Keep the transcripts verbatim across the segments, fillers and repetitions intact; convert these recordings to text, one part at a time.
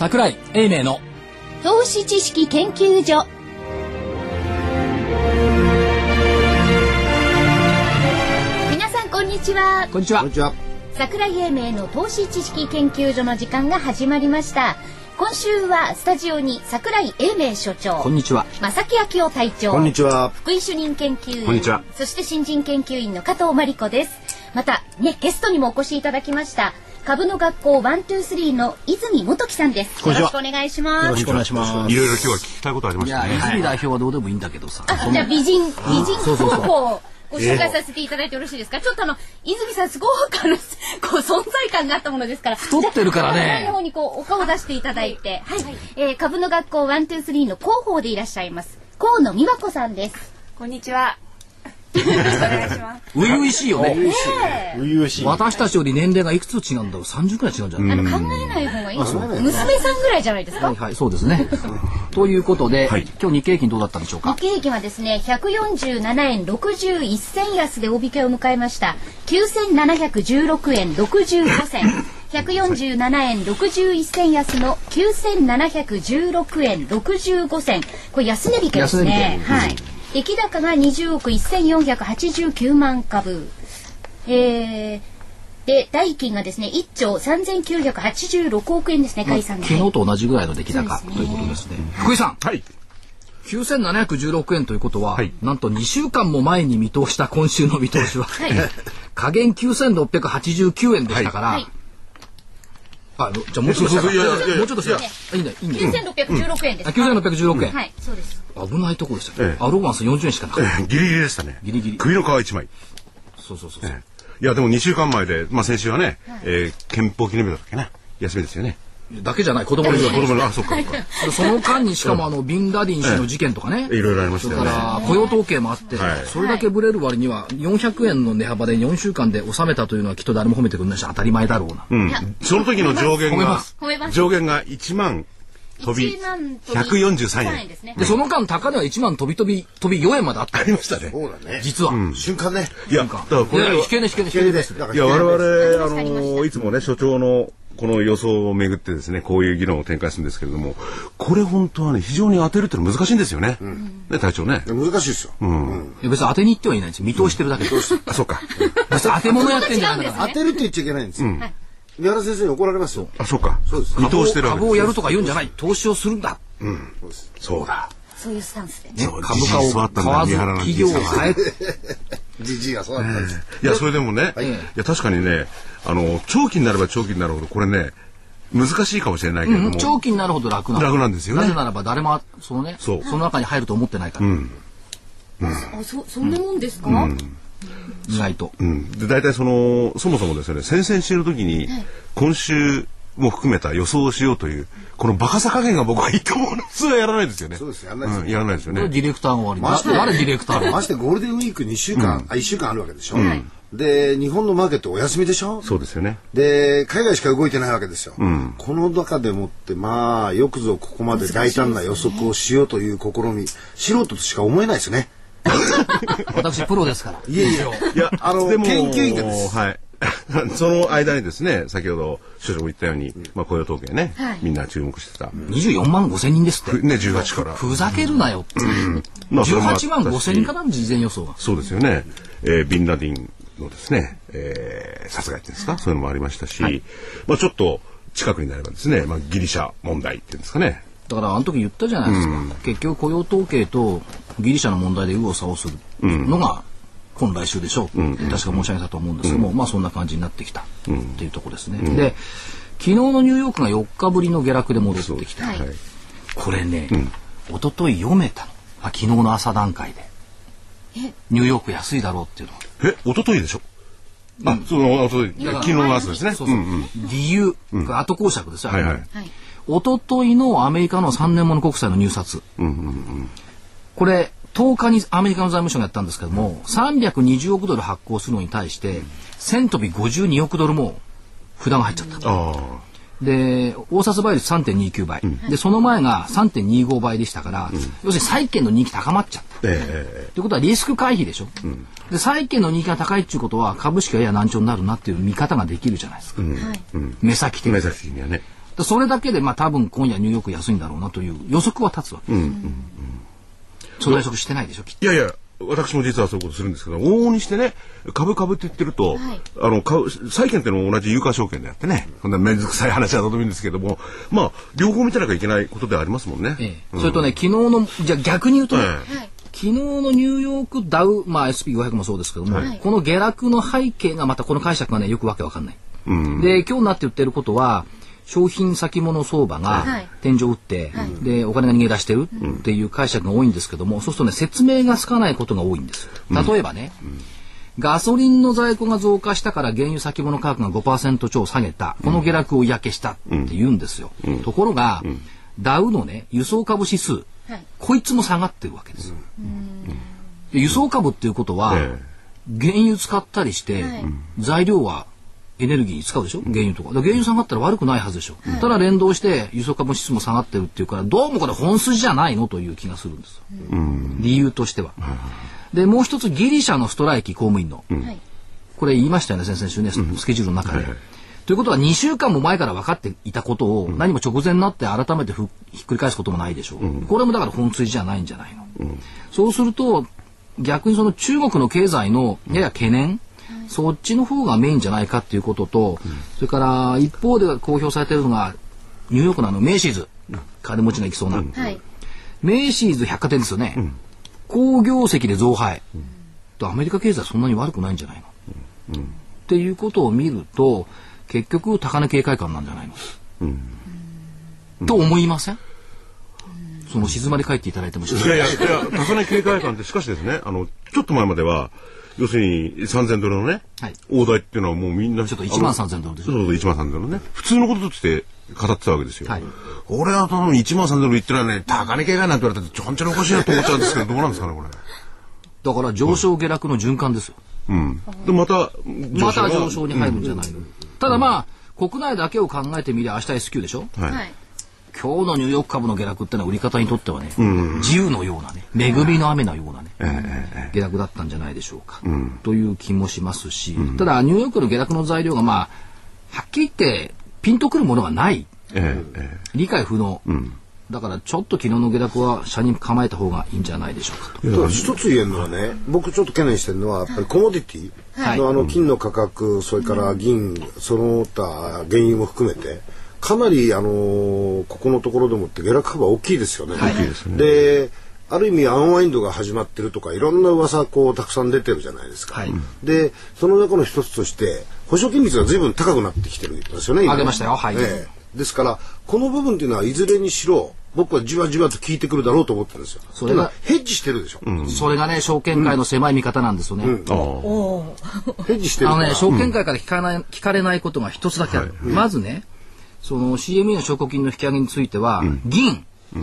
桜井英明の投資知識研究所。皆さんこんにちは。 こんにちは。 こんにちは。 桜井英明の投資知識研究所の時間が始まりました。今週はスタジオに桜井英明所長、 こんにちは。 正木昭夫隊長、 こんにちは。 福井主任研究員、 こんにちは。 そして新人研究員の加藤真理子です。またね、ゲストにもお越しいただきました株の学校ワンツースリーの泉元樹さんです。よろしくお願いします。 よろしくお願いします。 いろいろ今日は聞きたいことありましたね。 いや、泉代表はどうでもいいんだけどさ。 あ、じゃあ美人美人そうそうそう候補をご紹介させていただいてよろしいですか。ちょっとあの泉さんすごくあのこう存在感があったものですから、 太ってるからね。 じゃあの方にこうお顔を出していただいて、はい、はい、えー、株の学校ワンツースリーの広報でいらっしゃいます河野美和子さんです。 こんにちは。よろしくお願いします。 初々しいよね。 初々しい。 私たちより年齢がいくつ違うんだろう。さんじゅうくらい違うんじゃない。 あの考えない方がいいです。娘さんぐらいじゃないですか。 はいはい、そうですね。ということで、 はい、 今日日経平均どうだったんでしょうか。 日経平均はですね、ひゃくよんじゅうななえんろくじゅういっ銭安で大引けを迎えました。きゅうせんななひゃくじゅうろくえんろくじゅうご銭。ひゃくよんじゅうななえんろくじゅういっ銭安のきゅうせんななひゃくじゅうろくえんろくじゅうご銭。これ安値引けですね。はい。出来高がにじゅうおくせんよんひゃくはちじゅうきゅうまんかぶ。えー、で代金がですねいっちょうさんぜんきゅうひゃくはちじゅうろくおくえんですね。解散が、 昨日と同じぐらいの出来高ということですね。福井さん。 はい。 きゅうせんななひゃくじゅうろくえんということは、 はい、 なんとにしゅうかんも前に見通した今週の見通しは、はい、下限きゅうせんろっぴゃくはちじゅうきゅうえんでしたから、はい、あ、じゃあもうちょっとしたら、もうちょっとしたら、いいね、いいね。 きゅうせんろっぴゃくじゅうろくえんです。 きゅうせんろっぴゃくじゅうろくえん。 はい、そうです。 危ないところでしたね。 ええ、 アローワンスよんじゅうえんしかなかった。 ええ、ギリギリでしたね。 ギリギリ。 首の皮一枚。 そうそうそうそう。 ええ、いやでもにしゅうかんまえで、まあ先週はね、はい、えー、憲法記念日だったっけな、休みですよね。 だけじゃない、子供の日は。 子供の、あ、そうか。 その間にしかもあのビンラディン氏の事件とかね、 いろいろありましたよね。 それから雇用統計もあって、 はい、 それだけブレる割にはよんひゃくえんの値幅でよんしゅうかんで収めたというのはきっと誰も褒めてくれないし当たり前だろうな。 うん。その時の上限が上限がいちまん飛びひゃくよんじゅうさんえんですね。 でその間高値はいちまん飛び飛び飛びよえんまであった。 ありましたね。 そうだね。 実は、 うん、瞬間ね。 いやだからこれ引けね引けね引けねです。 いや我々あのいつもね所長のこの予想をめぐってですね、こういう議論を展開するんですけれども、これ本当はね非常に当てるってのは難しいんですよね。うん、ね隊長ね。 難しいですよ。うん。 うん、別に当てに行ってはいないんですよ。見通してるだけで。 あ、そうか。 別に当て物やってんじゃないから。 当てるって言っちゃいけないんですよ。うん、三原先生に怒られますよ。 あ、そうか。 そうです。 見通してるわけです。 株をやるとか言うんじゃない。投資をするんだ。 うん。そうだ。 そういうスタンスで、 ね、株価を買わず企業を変えて。 じじいがそうだったんです。 いやそれでもね、いや確かにね、あの長期になれば長期になるほどこれね。難しいかもしれないけれども、 うん、長期になるほど楽な楽なんですよね。 なぜならば誰もそのね、その中に入ると思ってないから。うんうん、あ、そそんなもんですか？うん、 意外と。 うん、で大体そのそもそもですね、先々週の時に、はい、今週も含めた予想をしようというこのバカさ加減が僕はいいと思うの。普通はやらないですよね。 そうです。やらないですよね。 うん、やらないですよね。 ディレクターが終わり。まして誰ディレクター？ ましてゴールデンウィークにしゅうかん、うん、あいっしゅうかんあるわけでしょ。うんで日本のマーケットお休みでしょ。 そうですよね。 で海外しか動いてないわけですよ、うん、この中でもってまあよくぞここまで大胆な予測をしようという試み、素人としか思えないですね。 私プロですから。 いやいやいやあの研究員がです。 はい。その間にですね、先ほど所長も言ったように、まあ雇用統計ね、はい、みんな注目してた。 にじゅうよんまんごせんにんですって。 ね、じゅうがつから。 ふざけるなよって。うん、じゅうはちまんごせんにんからの事前予想が。 そうですよね。えー、ビンラディンのですね、えー、殺害っていうんですか、そういうのもありましたし、はい、まあちょっと近くになればですね、まあギリシャ問題っていうんですかね。 だからあの時言ったじゃないですか。うん、結局雇用統計とギリシャの問題で右往左往するのが今来週でしょう、うん、確か申し上げたと思うんですけども、うん、まあそんな感じになってきたっていうところですね。うん、で、昨日のニューヨークがよっかぶりの下落で戻ってきた。はい、これね、うん、一昨日読めたの。あ、昨日の朝段階で。ニューヨーク安いだろうっていうの。 え、一昨日でしょ。うん、あ、その昨日の朝ですね。 そうそう、うんうん、理由、うん、後講釈ですよ。はいはい。一昨日のアメリカのさんねんもの国債の入札、うんうんうん、これとおかにアメリカの財務省がやったんですけども、さんびゃくにじゅうおくドル発行するのに対してせん飛びごじゅうにおくドルも札が入っちゃった。あで大札倍率 さんてんにきゅう 倍、うん、でその前が さんてんにご 倍でしたから、うん、要するに債券の人気高まっちゃった、えー、ということはリスク回避でしょ、うん、で債券の人気が高いっていうことは株式がやや難聴になるなっていう見方ができるじゃないですか、うん、目先的に目先的にはね。 それだけでまあ多分今夜ニューヨーク安いんだろうなという予測は立つわけです。うんうんうん、その予測してないでしょきっと。 いやいや私も実はそういうことするんですけど、往々にしてね株株って言ってると、はい、あの買う債券っていうのも同じ有価証券でやってね、こんな面倒くさい話はどうでもいいんですけども、まあ両方見てなきゃいけないことではありますもんね。ええうん、それとね昨日のじゃあ逆に言うとね、ええ、昨日のニューヨークダウ、まあ エスピーごひゃく もそうですけども、はい、この下落の背景がまたこの解釈がねよくわけわかんない。うん、で今日になって言ってることは商品先物相場が天井を打って、はい、でお金が逃げ出してるっていう解釈が多いんですけども、そうするとね説明がつかないことが多いんです。例えばね、うん、ガソリンの在庫が増加したから原油先物価格が ごパーセント 超下げた、この下落を嫌気したって言うんですよ。うん、ところが、うん、ダウのね輸送株指数、はい、こいつも下がってるわけです。うん、で輸送株っていうことは、えー、原油使ったりして、はい、材料はエネルギーに使うでしょ、原油とか。原油下がったら悪くないはずでしょ。はい、ただ連動して輸送株指数も下がってるっていうから、どうもこれ本筋じゃないのという気がするんですよ。うん、理由としては。でもう一つギリシャのストライキ公務員の、うん、これ言いましたよね先々週ね、うん、スケジュールの中で。はい、ということはにしゅうかんも前から分かっていたことを、うん、何も直前になって改めてふひっくり返すこともないでしょう。うん、これもだから本筋じゃないんじゃないの。うん、そうすると逆にその中国の経済のやや懸念、うん、そっちの方がメインじゃないかっていうことと、うん、それから一方で公表されているのがニューヨークのあのメイシーズ、うん、金持ちが行きそうな、うん、メイシーズ百貨店ですよね。うん、好業績で増配、うん、とアメリカ経済そんなに悪くないんじゃないの、うん、っていうことを見ると結局高値警戒感なんじゃないの、うん、と思いません？その静まり返っていただいてもいやいやいや高値警戒感ってしかしですね、あのちょっと前までは要するにさんぜんドルのね、はい、大台っていうのはもうみんなちょっといちまんさんぜんドルですよ。 そうそういちまんさんぜんドルね、普通のこととして語ってたわけですよ。はい、俺は多分いちまんさんぜんドル言ってないね、高値警戒なんて言われたらちょんちょんおかしいなと思っちゃうんですけどどうなんですかねこれ。 だから上昇下落の循環ですよ。 うん、でまたまた上昇に入るんじゃないの、うん、ただまあ国内だけを考えてみりゃ明日 エスキュー でしょ。はい、今日のニューヨーク株の下落ってのは売り方にとってはね、うん、自由のようなね、恵みの雨のようなね、うん、下落だったんじゃないでしょうか、うん、という気もしますし、うん、ただニューヨークの下落の材料がまあはっきり言ってピンとくるものがない、ええ、理解不能、うん、だからちょっと昨日の下落は車に構えた方がいいんじゃないでしょうかと。 ただ一つ言えるのはね、僕ちょっと懸念してるのはやっぱりコモディティの、はい、あの金の価格、それから銀、その他原油も含めてかなり、あのー、ここのところでもって下落幅大きいですよね。はい、である意味アンワインドが始まってるとかいろんな噂こうたくさん出てるじゃないですか。はい、でその中の一つとして保証金率が随分高くなってきてるんですよね。 上げましたよ。はい、 えー、ですからこの部分っていうのはいずれにしろ僕はじわじわと効いてくるだろうと思ってるんですよ。それがヘッジしてるでしょ。うん、それがね証券界の狭い見方なんですよね。うんうん、 ヘッジしてるから。 あのね証券界から聞かない、聞かれないことが一つだけある。はい、まずねその シーエムイー の証拠金の引き上げについては、うん、銀、うん、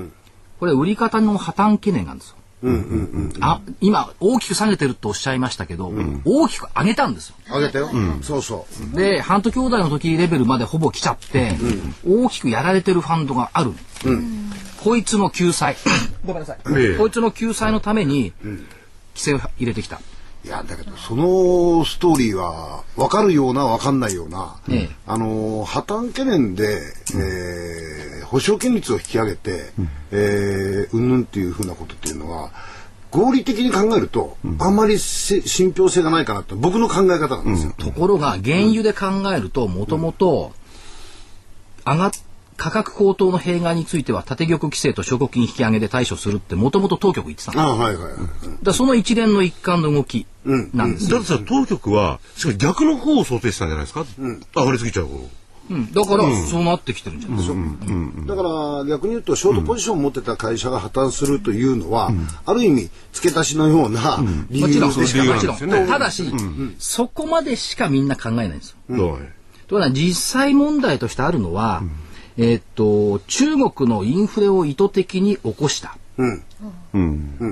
これ売り方の破綻懸念なんですよ。うんうんうんうん、あ今大きく下げてるとおっしゃいましたけど、うん、大きく上げたんですよ。 上げたよ、うん、そうそう。 でハント兄弟の時レベルまでほぼ来ちゃって、うん、大きくやられてるファンドがある、うん、こいつの救済ごめんなさい、ええ、こいつの救済のために規制を入れてきた。 いやだけどそのストーリーは分かるような分かんないような、ええ、あの破綻懸念で、えー、保証金率を引き上げて、うんえー、うんぬんっていうふうなことっていうのは合理的に考えると、うん、あんまり信憑性がないかなって僕の考え方なんですよ。 うん、ところが原油で考えるともともと上がっ価格高騰の弊害については縦玉規制と証拠金引き上げで対処するってもともと当局言ってたの。あ、はいはいはい、だその一連の一環の動きなんです、 うんうん、だってさ当局はしかし逆の方を想定したんじゃないですか、うん、上がりすぎちゃう方、 うん、だから、うん、そうなってきてるんじゃないですか、うんうんうん、 だから逆に言うとショートポジションを持ってた会社が破綻するというのは、うん、ある意味付け足しのような理由でしかないですよね。 ただし、うん、そこまでしかみんな考えないんですよ、うん、というのは実際問題としてあるのは、うんえー、っと中国のインフレを意図的に起こした、うんうん、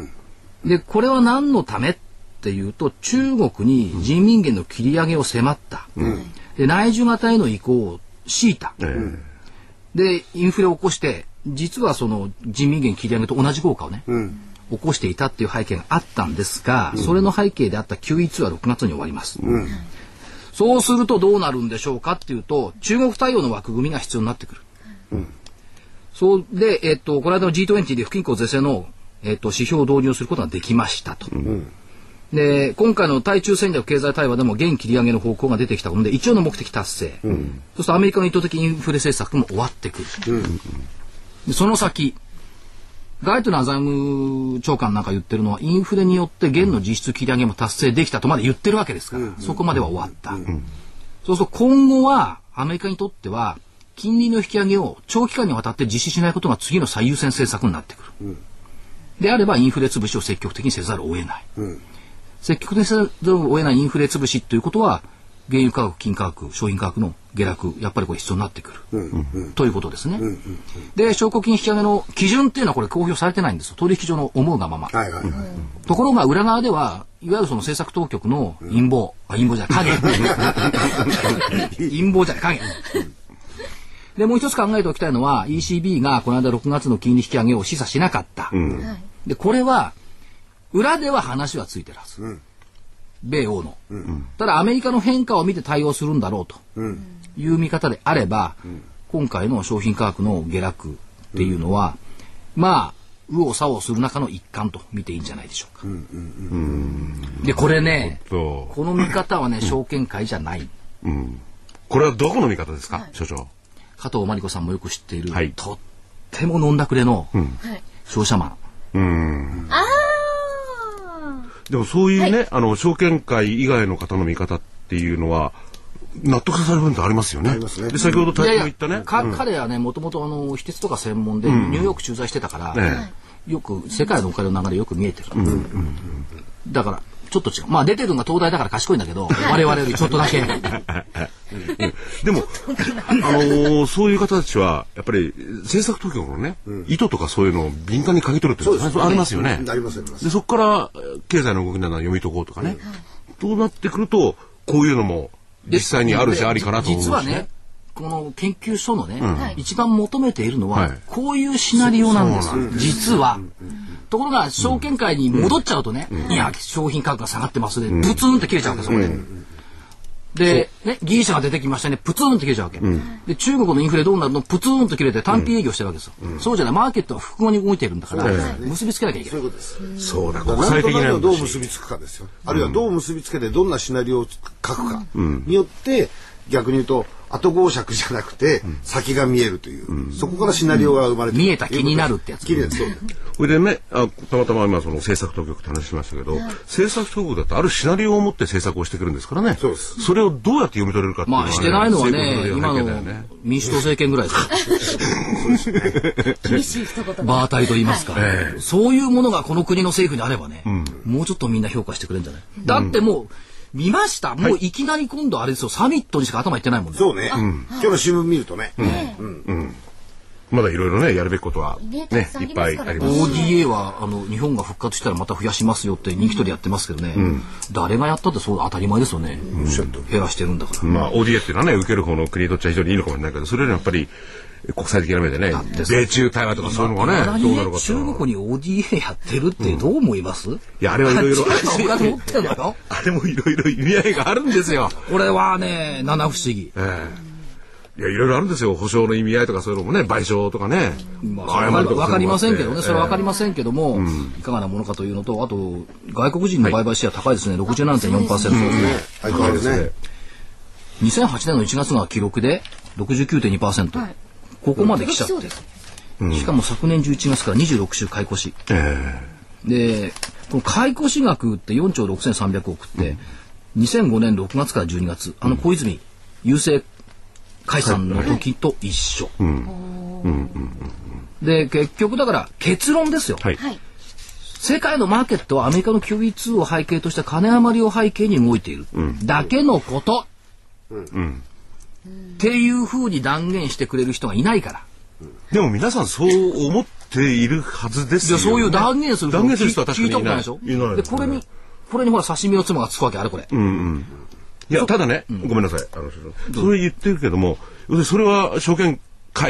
でこれは何のためっていうと中国に人民元の切り上げを迫った、うん、で内需型への移行を強いた、うん、でインフレを起こして実はその人民元切り上げと同じ効果をね、うん、起こしていたっていう背景があったんですが、うん、それの背景であった キューイーツー はろくがつに終わります、うん、 そうするとどうなるんでしょうかっていうと、中国対応の枠組みが必要になってくる。うん、そうで、えっと、この間の ジートゥエンティー で不均衡是正の、えっと、指標を導入することができましたと。うん、で、今回の対中戦略経済対話でも現切り上げの方向が出てきたので、一応の目的達成。うん、そうするとアメリカの意図的インフレ政策も終わってくる。うん、でその先、ガイトナー財務長官なんか言ってるのは、インフレによって現の実質切り上げも達成できたとまで言ってるわけですから、うん、そこまでは終わった。うん、そうすると今後はアメリカにとっては金利の引き上げを長期間にわたって実施しないことが次の最優先政策になってくる。うん、であればインフレ潰しを積極的にせざるを得ない。うん、積極的にせざるを得ないインフレ潰しということは、原油価格、金価格、商品価格の下落、やっぱりこれ必要になってくる、うんうん、ということですね。うんうんうん、で、証拠金引き上げの基準っていうのはこれ公表されてないんですよ。取引所の思うがまま。はいはいはい、ところが裏側では、いわゆるその政策当局の陰謀、うん、あ、陰謀じゃない、影。陰謀じゃない、影。で、もう一つ考えておきたいのは、イーシービー がこの間ろくがつの金利引き上げを示唆しなかった。うん、で、これは、裏では話はついてるはず。うん、米欧の、うん、ただアメリカの変化を見て対応するんだろうという見方であれば、うん、今回の商品価格の下落っていうのは、うん、まあ右往左往する中の一環と見ていいんじゃないでしょうか。うんうんうん、でこれね、この見方はね、証券会じゃない、 うん、これはどこの見方ですか、はい、所長。 加藤真理子さんもよく知っている、はい、とっても飲んだくれの商社マン、うん、 あでもそういうね、はい、あの証券会以外の方の見方っていうのは納得させる部分ってありますよね。ねで先ほど大も言ったね。いやいやうん、彼はねもともとあの非鉄とか専門でニューヨーク駐在してたから、うんね、よく世界のお金の流れよく見えてる。うんうんうん、だからちょっと違う。まあ出てるのが東大だから賢いんだけど、我々よりちょっとだけ。でも、あのー、そういう方たちはやっぱり政策当局のね、うん、意図とかそういうのを敏感に嗅ぎ取るっていうのがありますよね。 ありますあります。 でそこから経済の動きなどを読み解こうとかね。うん、となってくるとこういうのも実際にあるしありかなと思うんですね。 実はね、この研究所のね、うん、一番求めているのは、はい、こういうシナリオなんです。実は。ところが証券会に戻っちゃうとね、うん、いや商品価格が下がってますで、ね、プツンって切れちゃうんですよ、そこで。うんで、ね、ギリシャが出てきましたね、プツンと切れちゃうわけ、うん、で中国のインフレどうなるの、プツンと切れて単品営業してるわけですよ、うん、そうじゃない、マーケットは複合に動いてるんだから、うん、結びつけなきゃいけない。そういうことです。 そうだ、国際的などう結びつくかですよ、うん、あるいはどう結びつけてどんなシナリオを書くかによって、逆に言うと後講釈じゃなくて先が見えるという、うん、そこからシナリオが生まれて、 うん、見えた気になるってやつ。 気になる。そう。 これでね、あたまたま今その政策当局って話しましたけど、はい、政策当局だとあるシナリオを持って政策をしてくるんですからね。そうです。それをどうやって読み取れるかっていうのは、ね、 まあしてないのはね、今の民主党政権ぐらいですよ。 厳しい一言。 バータイと言いますか、はい、そういうものがこの国の政府にあればね、うん、もうちょっとみんな評価してくれるんじゃない、うん、だってもう見ました。もういきなり今度あれですよ、サミットにしか頭いってないもんね。 そうね。うん、今日の新聞見るとね。うんうんうん、まだいろいろねやるべきことはね、ねいっぱいあります。 オーディーエー はあの日本が復活したらまた増やしますよって人気取りやってますけどね。うん、誰がやったってそう当たり前ですよね。うん、減らしてるんだから。 まあ オーディーエー っていうのはね受ける方の国にとっちゃ非常にいいのかもしれないけど、それよりやっぱり国際的な目でね、米中対話とかそういうのがね、どうなるか。 中国に オーディーエー やってるってどう思います？うん、いやあれはいろいろあれもいろいろ意味合いがあるんですよ。 これはね七不思議。えーいやいろいろあるんですよ。保証の意味合いとかそういうのもね、賠償とかね。 まあ、わかりませんけどね、それはわかりませんけども、えーうん、いかがなものかというのと、あと外国人の売買シェア高いですね、はい、ろくじゅうななてんよんパーセント ですね。はい、高いですね。にせんはちねんのいちがつが記録で ろくじゅうきゅうてんにパーセント、はい、ここまで来ちゃって、うん、しかも昨年じゅういちがつからにじゅうろく週買い越し、えー、でこの買い越し額ってよんちょうろくせんさんびゃくおくって、うん、にせんごねんろくがつからじゅうにがつあの小泉郵政解散の時と一緒、はいうんうん、で結局だから結論ですよ、はい、世界のマーケットはアメリカの キューイーツー を背景とした金余りを背景に動いている、うん、だけのこと、うんうん、っていうふうに断言してくれる人がいないから。 でも皆さんそう思っているはずですよね。 そういう断言する人断言する人は確かにいない。 聞いたことないでしょ。いないですね。でこれにこれにほら刺身の妻がつくわけあれこれ、うんうんいやただね、うん、ごめんなさいあのそれ言ってるけども、要するにそれは証券会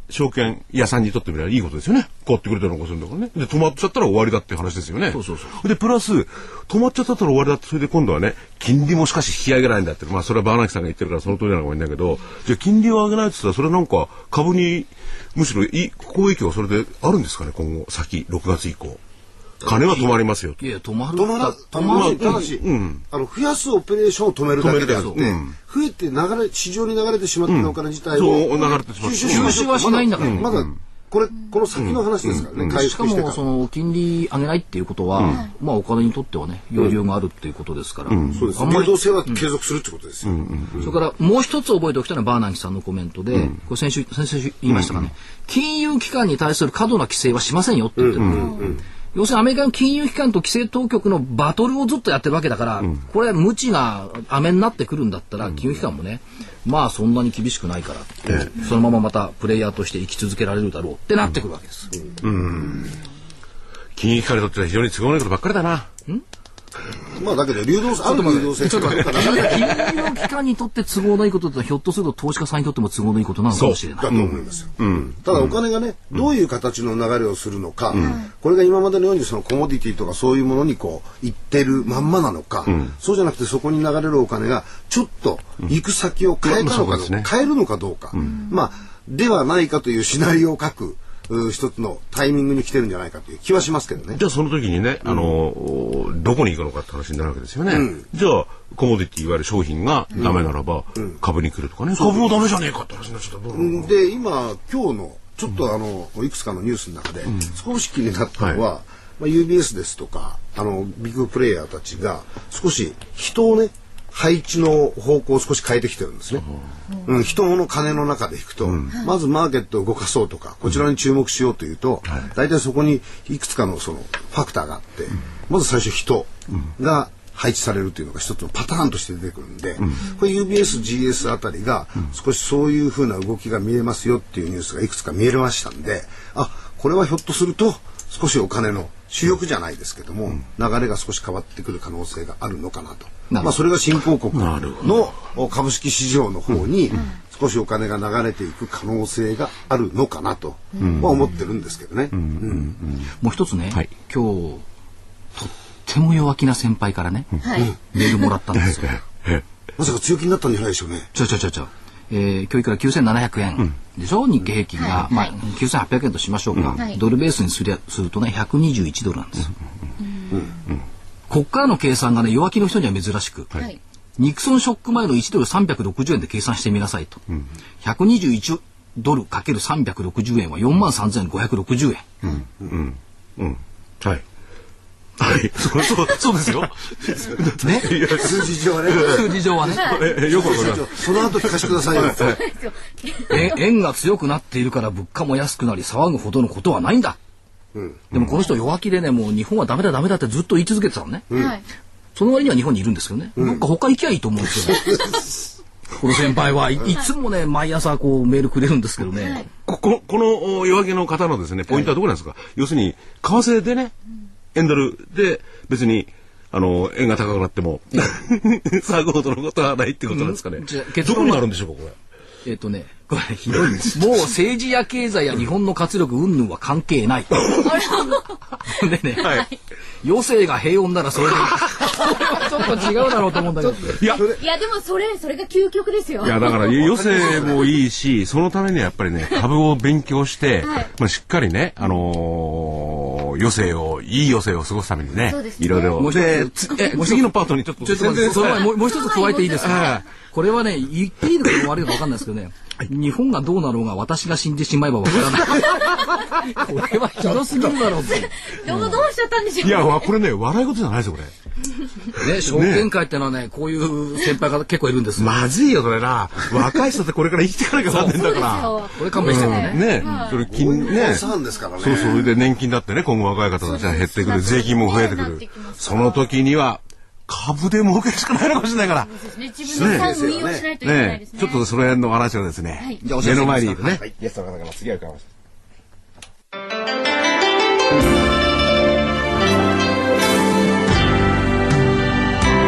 証券屋さんにとってみればいいことですよね。買ってくれたら残すんだからね。で、止まっちゃったら終わりだって話ですよね。 そうそうそう。 で、プラス、止まっちゃったら終わりだって、それで今度はね、金利もしかし引き上げないんだって。まあ、それはバーナキさんが言ってるからその通りなのかもしれないけど、じゃあ金利を上げないって言ったら、それなんか株に、むしろいい、好影響はそれであるんですかね、今後、先、ろくがつ以降。金は止まりますよ。 いや、止まる。 止まら、止まる。ただし、うん、あの、増やすオペレーションを止めるだけであって、うん、増えて流れ、市場に流れてしまったお金自体を、 うん、そう、流れてしまった。 収集はしないんだから。 まだ、これ、この先の話ですからね、 うん、 回復してしかも、その、金利上げないっていうことは、うん、まあ、お金にとってはね、余裕があるっていうことですから。 うんうん、そうです。流動性は継続するってことですよ。 それから、もう一つ覚えておきたいのは、バーナンキさんのコメントで、うん、これ先週、先週言いましたかね、うん、金融機関に対する過度な規制はしませんよって言ってる。うんうんうん、要するにアメリカの金融機関と規制当局のバトルをずっとやってるわけだから、うん、これ無知が飴になってくるんだったら、うん、金融機関もね、まあそんなに厳しくないから、うん、そのまままたプレイヤーとして生き続けられるだろうってなってくるわけです。 うんうん、金融機関にとっては非常に都合のいいことばっかりだな。 んまあだけど流動性ある流動性とか金融機関にとって都合のいいことってひょっとすると投資家さんにとっても都合のいいことなのかもしれない。 だと思いますよ。うん、ただお金がね、うん、どういう形の流れをするのか、うん、これが今までのようにそのコモディティとかそういうものにこう行ってるまんまなのか、うん、そうじゃなくてそこに流れるお金がちょっと行く先を変えたのかどうか、うんね、変えるのかどうか、うん、まあではないかというシナリオを書く。一つのタイミングに来てるんじゃないかという気はしますけどね。 じゃあその時にね、あの、うん、どこに行くのかって話になるわけですよね。うん、じゃあコモディティいわゆる商品がダメならば、うん、株に来るとかね、株もダメじゃねえかって話になっちゃった。 で今今日のちょっとあの、うん、いくつかのニュースの中で、うん、少し気になったのは、はい、まあ、ユービーエス ですとかあのビッグプレイヤーたちが少し人をね配置の方向を少し変えてきてるんですね。うん、人の金の中でいくと、うん、まずマーケットを動かそうとかこちらに注目しようというと、うん、大体そこにいくつかのそのファクターがあって、うん、まず最初人が配置されるというのが一つのパターンとして出てくるんで、うん、これ ユービーエス、ジーエス あたりが少しそういうふうな動きが見えますよっていうニュースがいくつか見えましたんで、あ、これはひょっとすると少しお金の主力じゃないですけども、うん、流れが少し変わってくる可能性があるのかなと。まあそれが新興国の株式市場の方に少しお金が流れていく可能性があるのかなと、うん、まあ思ってるんですけどね。うんうん、 もう一つね、はい、今日とっても弱気な先輩からね、はい、メールもらったんですよ。 まさか強気になったんじゃないでしょうね。 ちょちょちょちょ。えー、今日いくらきゅうせんななひゃくえんでしょ、うん、日経平均が、はい、まあ、きゅうせんはっぴゃくえんとしましょうか、はい、ドルベースにすりゃするとねひゃくにじゅういちドルなんです、うんうんうん、こっからの計算がね弱気の人には珍しく、はい、ニクソンショック前のいちドルさんびゃくろくじゅうえんで計算してみなさいと、うん、ひゃくにじゅういちドル ×さんびゃくろくじゅうえんはよんまんさんぜんごひゃくろくじゅうえん、うんうんうん、 はいはい、そうそうそうですよ。 ね、数字上はね。 数字上はね。 よくわかります。 その後聞かせてくださいよ。 え、円が強くなっているから物価も安くなり騒ぐほどのことはないんだ。うん、でもこの人弱気でね、もう日本はダメだダメだってずっと言い続けてたのね。うん、その割には日本にいるんですけどね。うん、どっか他行きゃいいと思うんですよ。この先輩はい、いつもね毎朝こうメールくれるんですけどね。 こここの弱気の方のですねポイントはどこなんですか。はい、要するに為替でね。円ドルで別にあの円が高くなっても騒ぐほどのことはないってことなんですかね。うん、じゃどこになるんでしょうかこれ。えっ、ー、とねこれひどいんです。もう政治や経済や日本の活力云々は関係ない。でね、はい、余生が平穏ならそれでいい。これはちょっと違うだろうと思うんだけど。 いやいやでもそれそれが究極ですよ。 いやだから余生もいいしそのためにはやっぱりね株を勉強して、はい、まあしっかりねあのー、余生をいい余生を過ごすためにね、ねいろいろもうで次のパートにちょっとちょっと待ってその前もう一つ加えていいですか。これはね言っていいのか悪いのか分かんないですけどね。日本がどうなろうが私が死んでしまえばわからない。これはひどすぎるだろうって。 どうどうしちゃったんでしょう。 いやこれね笑い事じゃないですよこれ。ね証券会ってのはねこういう先輩が結構いるんですよ。 まずいよそれな。若い人ってこれから生きていかなきゃなんねんだから。 これ勘弁してね。 ねそれ金ね。 そうですからね。 そうそうで年金だってね今後若い方たちは減ってくる税金も増えてくる。その時には。株で儲けるしかないのかもしれないから。 そうですね。自分の運用しないといけないですね。 ちょっとその辺の話をですね、はい、目の前にいるね、はい、 ゲストの方から次は伺います。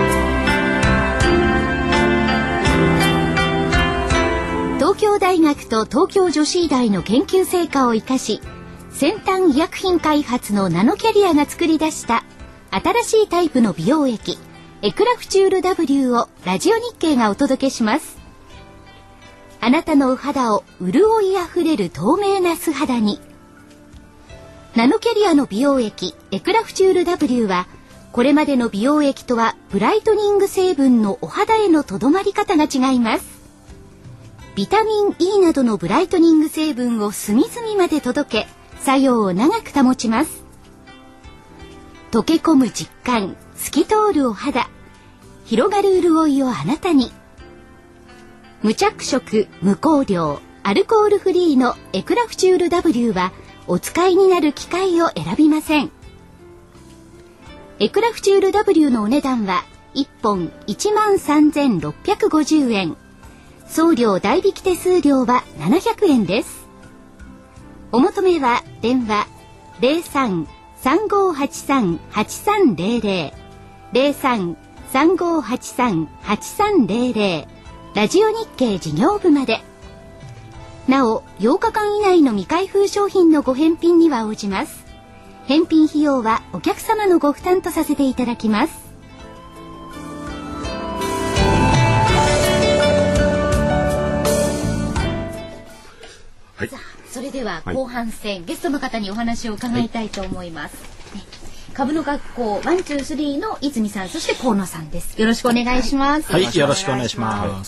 東京大学と東京女子医大の研究成果を生かし、先端医薬品開発のナノキャリアが作り出した新しいタイプの美容液エクラフチュール W をラジオ日経がお届けします。あなたのお肌を潤いあふれる透明な素肌に。ナノキャリアの美容液エクラフチュール W はこれまでの美容液とはブライトニング成分のお肌へのとどまり方が違います。ビタミン E などのブライトニング成分を隅々まで届け、作用を長く保ちます。溶け込む実感、透き通るお肌、広がる潤いをあなたに。無着色、無香料、アルコールフリーのエクラフチュール W はお使いになる機械を選びません。エクラフチュール W のお値段はいっぽん いちまんさんぜんろっぴゃくごじゅうえん。送料代引き手数料はななひゃくえんです。お求めは電話 ゼロさん さんごはちさん はちさんゼロゼロ ゼロさん さんごはちさん はちさんゼロゼロ ラジオ日経事業部まで。なおようかかん以内の未開封商品のご返品には応じます。返品費用はお客様のご負担とさせていただきます。 はい、 さあそれでは後半戦、はい、ゲストの方にお話を伺いたいと思います、はいね、株の学校ワンツースリーの泉さん、そして河野さんです。よろしくお願いします。 はい、よろしくお願いします。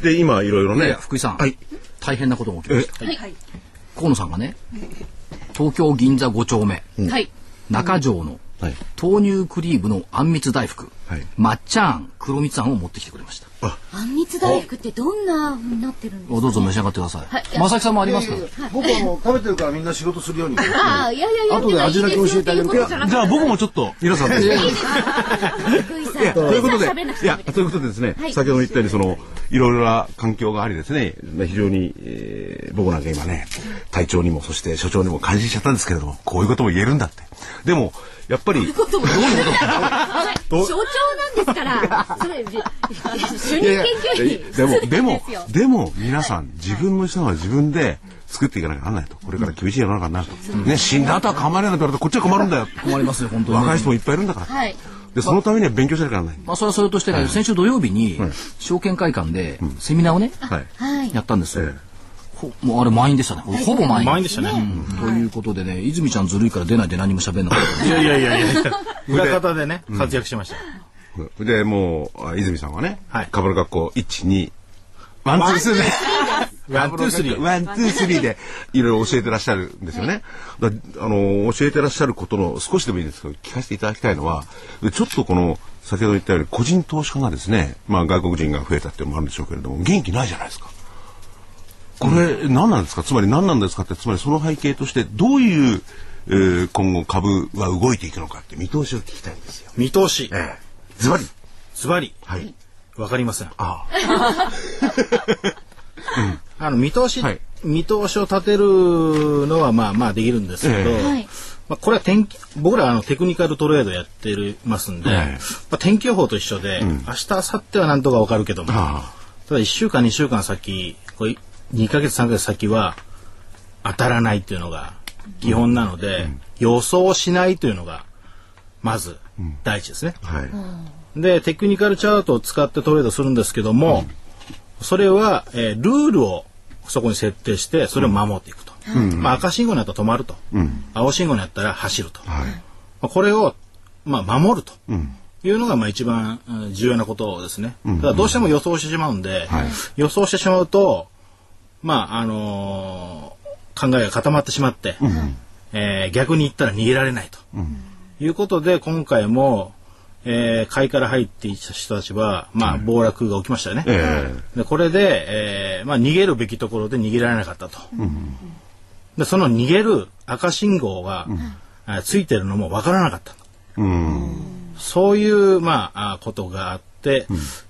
で今いろいろね、 福井さん、 はい、 大変なことが起きました。 はいはい、 河野さんがね、東京銀座ご丁目、 はい、 中条の豆乳クリームのあんみつ大福、はい、抹茶あん黒蜜あんを持ってきてくれました。 あんみつ大福ってどんな風になってるんですか、ね、 どうぞ召し上がってください。はい、正木さんもありますか。 いやいやいや、僕はもう食べてるからみんな仕事するように。 ああ、いやいやいや、 後で味だけ教えてあげるから。 じゃあ僕もちょっと皆さんで。いやということで、いやということでですね、はい、先ほど言ったようにそのいろいろな環境がありですね、非常に、えー、僕なんか今ね隊長にもそして所長にも感心しちゃったんですけれども、こういうことも言えるんだって。でもやっぱり所長なんですから。それ主任研究員。 でもでもでも皆さん自分の人は自分で作っていかなきゃならないと。これから厳しい世の中になると。ね、死んだ後は構われないと言われたらこっちは困るんだよ。 困りますよ本当に。 若い人もいっぱいいるんだから。はい。でそのためには勉強しなきゃならない。 まあそれはそれとしてね、先週土曜日に証券会館でセミナーをねやったんですよ。もうあれ満員でしたね。ほぼ満員。 満員でしたね。 うん、ということでね、泉ちゃんずるいから出ないで何も喋んなかった。 いやいやいやいや。裏方でね、活躍しました。 うん、でもう泉さんはね、はい、株の学校いちにワンツースリーワンツースリーワンツースリーでいろいろ教えてらっしゃるんですよね。だあの教えてらっしゃることの少しでもいいですけど聞かせていただきたいのは、ちょっとこの先ほど言ったように個人投資家がですね、まあ外国人が増えたっていうのもあるんでしょうけれども元気ないじゃないですか。これ何なんですか、つまり何なんですかって、つまりその背景としてどういう、えー、今後株は動いていくのかって見通しを聞きたいんですよ。 見通し、 ええ、ズバリズバリ、 はい、 わかりません。ああ、 うん、あの見通し、はい、見通しを立てるのはまあまあできるんですけど、ええ、まあ、これは天気僕らはあのテクニカルトレードやってますんで、ええ、まあ、天気予報と一緒で、うん、明日明後日はなんとかわかるけども、ただいっしゅうかんにしゅうかん先これにかげつさんかげつ先は当たらないっていうのが基本なので、うん、予想しないというのがまず第一ですね、うん、はい、でテクニカルチャートを使ってトレードするんですけども、うん、それは、えー、ルールをそこに設定してそれを守っていくと、うん、まあ、赤信号になったら止まると、うん、青信号になったら走ると、はい、まあ、これを、まあ、守ると、うん、いうのがまあ一番重要なことですね。うん、だからどうしても予想してしまうんで、はい、予想してしまうとまああのー、考えが固まってしまって、うん、えー、逆に言ったら逃げられないと、うん、いうことで今回も、えー、買いから入っていた人たちは、まあ、暴落が起きましたよね。えー、でこれで、えーまあ、逃げるべきところで逃げられなかったと、うん、でその逃げる赤信号が、うん、ついてるのも分からなかったと、うん、そういう、まあ、ことがあって、うん、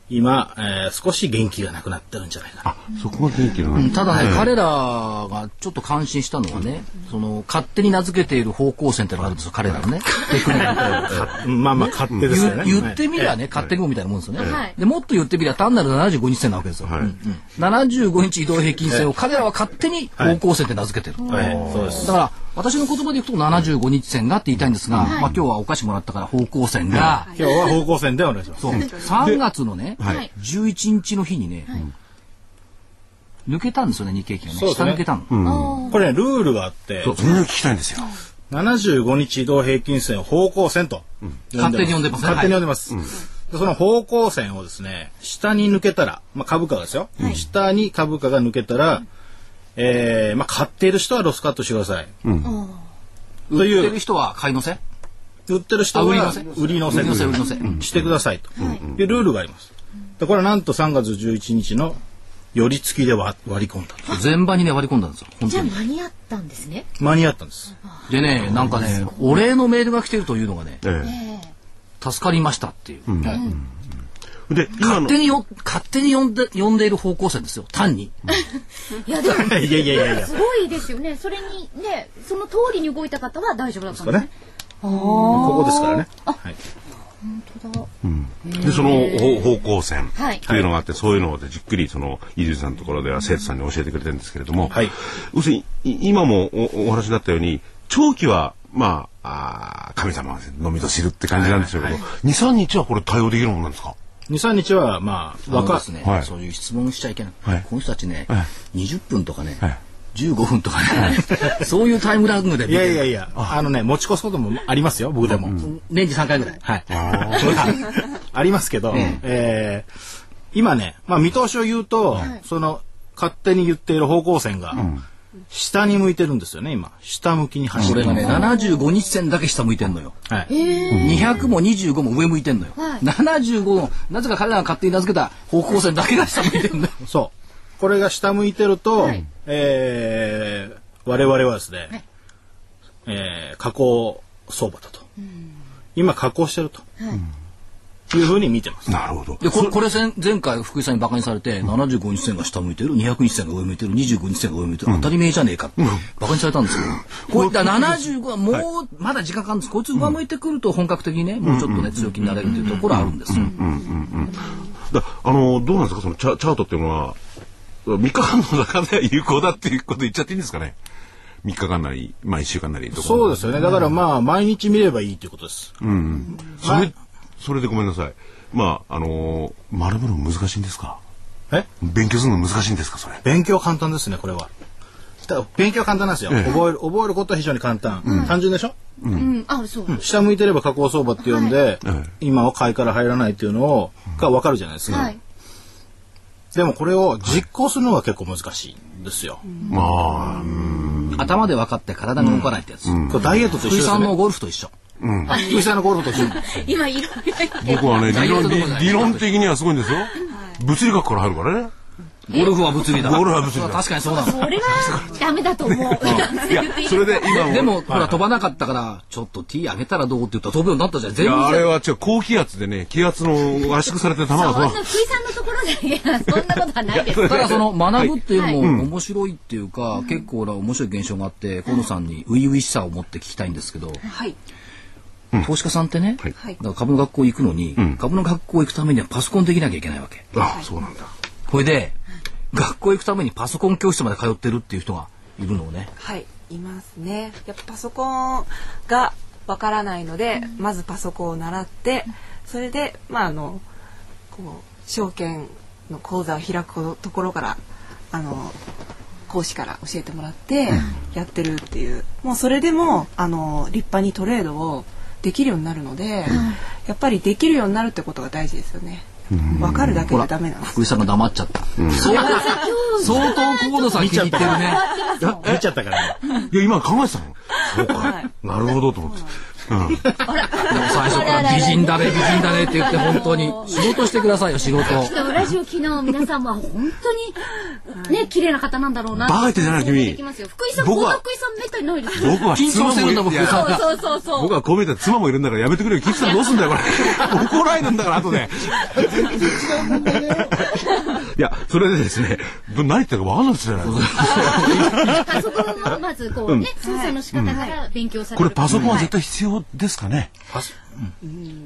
今、えー、少し元気がなくなってるんじゃないかな。 あ、そこが元気がない、 うん、ただね、はい、彼らがちょっと感心したのはね、うん、その勝手に名付けている方向線ってのがあるんですよ、彼らのね。 まあまあ勝手ですよね。 言ってみりゃね、はい、勝手にもみたいなもんですよね。はい、でもっと言ってみりゃ単なるななじゅうごにち線なわけですよ。はい、うんうん、ななじゅうごにち移動平均線を彼らは勝手に方向線って名付けてる。はいはい、そうです。だから私の言葉で言うとななじゅうごにち線がって言いたいんですが、はい、まあ今日はお菓子もらったから方向線が、 今日は方向線でお願いします。 そう。さんがつのね、はい、じゅういちにちの日にね、はい、抜けたんですよね、日経平均がね。下抜けたの。 うん、これね、ルールがあって、 そう、それを聞きたいんですよ。 ななじゅうごにち移動平均線を方向線と、 うん、勝手に呼んでますね。 勝手に呼んでます。はい、うん、その方向線をですね、下に抜けたら、まあ株価ですよ。はい、下に株価が抜けたら、うん、えー、まあ買っている人はロスカットしてください。うん、 という。売ってる人は買い乗せ？ 売ってる人は売り乗せ、売り乗せ、 売り乗せ、売り乗せ、 うん、してくださいというルールがあります。でこれはなんとさんがつじゅういちにちの寄り付きで割り込んだ。 全場にね割り込んだんですよ。 じゃあ間に合ったんですね。 間に合ったんです。 でね、なんかね、お礼のメールが来てるというのがね、ええ、助かりましたっていう。うんうん、で勝手によ勝手に呼んで呼んでいる方向線ですよ。単に。 いやでもいやいやいやいやすごいですよね。それにねその通りに動いた方は大丈夫だったんですね。ああここですからね。 あ、はい。本当だ。 うん、でその方向線というのがあって、はい、そういうのでじっくりその伊集院さんのところでは生徒さんに教えてくれてるんですけれども、はい、要するに今も お, お話になったように長期はまあ、あ神様のみぞ知るって感じなんですけど、はいはい、にさんにちはこれ対応できるものなんですか？ にさんにちはまあ若ですね、はい、そういう質問しちゃいけない、はい、この人たちね、はい、にじゅっぷんとかね、はい、じゅうごふんとかねそういうタイムラグでいやいやいやあのね持ち越すこともありますよ僕でも、うん、 年にさんかいぐらい、はい、 あ, ありますけど、うんえー、今ね、まあ、見通しを言うと、はい、その勝手に言っている方向線が、うん下に向いてるんですよね今下向きに走る、 これがねななじゅうごにち線だけ下向いてんのよ、はい、にひゃくもにじゅうごも上向いてんのよ、はい、ななじゅうごのなぜか彼らが勝手に名付けた方向線だけが下向いてんのよそうこれが下向いてると、はいえー、我々はですね、はいえー、下降相場だと、うん、今下降してると、はいうんいうふうに見てます。 なるほど。 でこれこれ前回福井さんにバカにされて、うん、ななじゅうごにち線が下向いてるにひゃくにち線が上向いてるにじゅうごにち線が上向いてる、うん、当たり前じゃねえかって、うん、バカにされたんですけど、こういったななじゅうごはもう、はい、まだ時間かかるんです。こいつ上向いてくると本格的にね、うん、もうちょっとね強気になれるというところあるんですよ。 だあのどうなんですかそのチャ、チャートっていうのはみっかかんの中で有効だっていうこと言っちゃっていいんですかね。みっかかんなり、まあいっしゅうかんなりとか。 そうですよね。だからまあ毎日見ればいいということです。 うん。それそれでごめんなさい。まああのー、学ぶの難しいんですか。 え？ 勉強するの難しいんですかそれ。 勉強簡単ですねこれは。勉強簡単なんですよ。ええ、覚える覚えることは非常に簡単。うん、単純でしょ。 うん。うん、あそう、うん。 下向いてれば下降相場って呼んで、はい、今は買いから入らないっていうのをが分かるじゃないですか。はい、でもこれを実行するのが結構難しいんですよ。 まあ、うん、頭で分かって体が動かないってやつ。 うん、これダイエットと一緒ですね。 福井さんのゴルフと一緒。 うん、福井さんのゴルフと一緒。 今いろいろ。 僕はね理論理論的にはすごいんですよ。物理学から入るからね。 ゴルフは物理だ。 ゴルフは物理だ。 確かにそうなの。 それはダメだと思う。 いや、それで今も。 でも、ほら、飛ばなかったから、ちょっと T 上げたらどうって言ったら飛ぶようになったじゃん。全然。 あれは違う、高気圧でね、気圧の圧縮されて球が飛ぶ。 そんな福井さんのところで、いや、そんなことはないです。 ただ、その、学ぶっていうのも面白いっていうか、結構な面白い現象があって、河野さんに初々しさを持って聞きたいんですけど、はい。投資家さんってね、だから株の学校行くのに、株の学校行くためにはパソコンできなきゃいけないわけ。 ああ、そうなんだ。 これで、学校行くためにパソコン教室まで通ってるっていう人がいるのをね。 はいいますね。やっぱパソコンがわからないので、うん、まずパソコンを習ってそれでまああのこう証券の講座を開くところからあの講師から教えてもらってやってるっていう、うん、もうそれでもあの立派にトレードをできるようになるので、うん、やっぱりできるようになるってことが大事ですよね。分かるだけでダメなんです。 福井さんが黙っちゃった。うん、相当相当河野さん気に入ってるね。 見ちゃったからね。 いや今考えてたの。そうか。はい、なるほどと思って。 最初から美人だね美人だねって言って本当に仕事してくださいよ仕事。 ラジオ機能皆さんは本当にね綺麗な方なんだろうな。 バカ言ってじゃない君。 福井さん、こんな福井さんめったにないですよ。 僕は緊張してるんだもん福井さんが。 そうそうそう。 僕はこう見たら妻もいるんだからやめてくれよ。キクさんどうすんだよこれ。怒られるんだから後で。いやそれでですね何言ってるか分かんないですよね。 パソコンをまずこうね操作の仕方から勉強される。 これパソコンは絶対必要ですかね。 うん、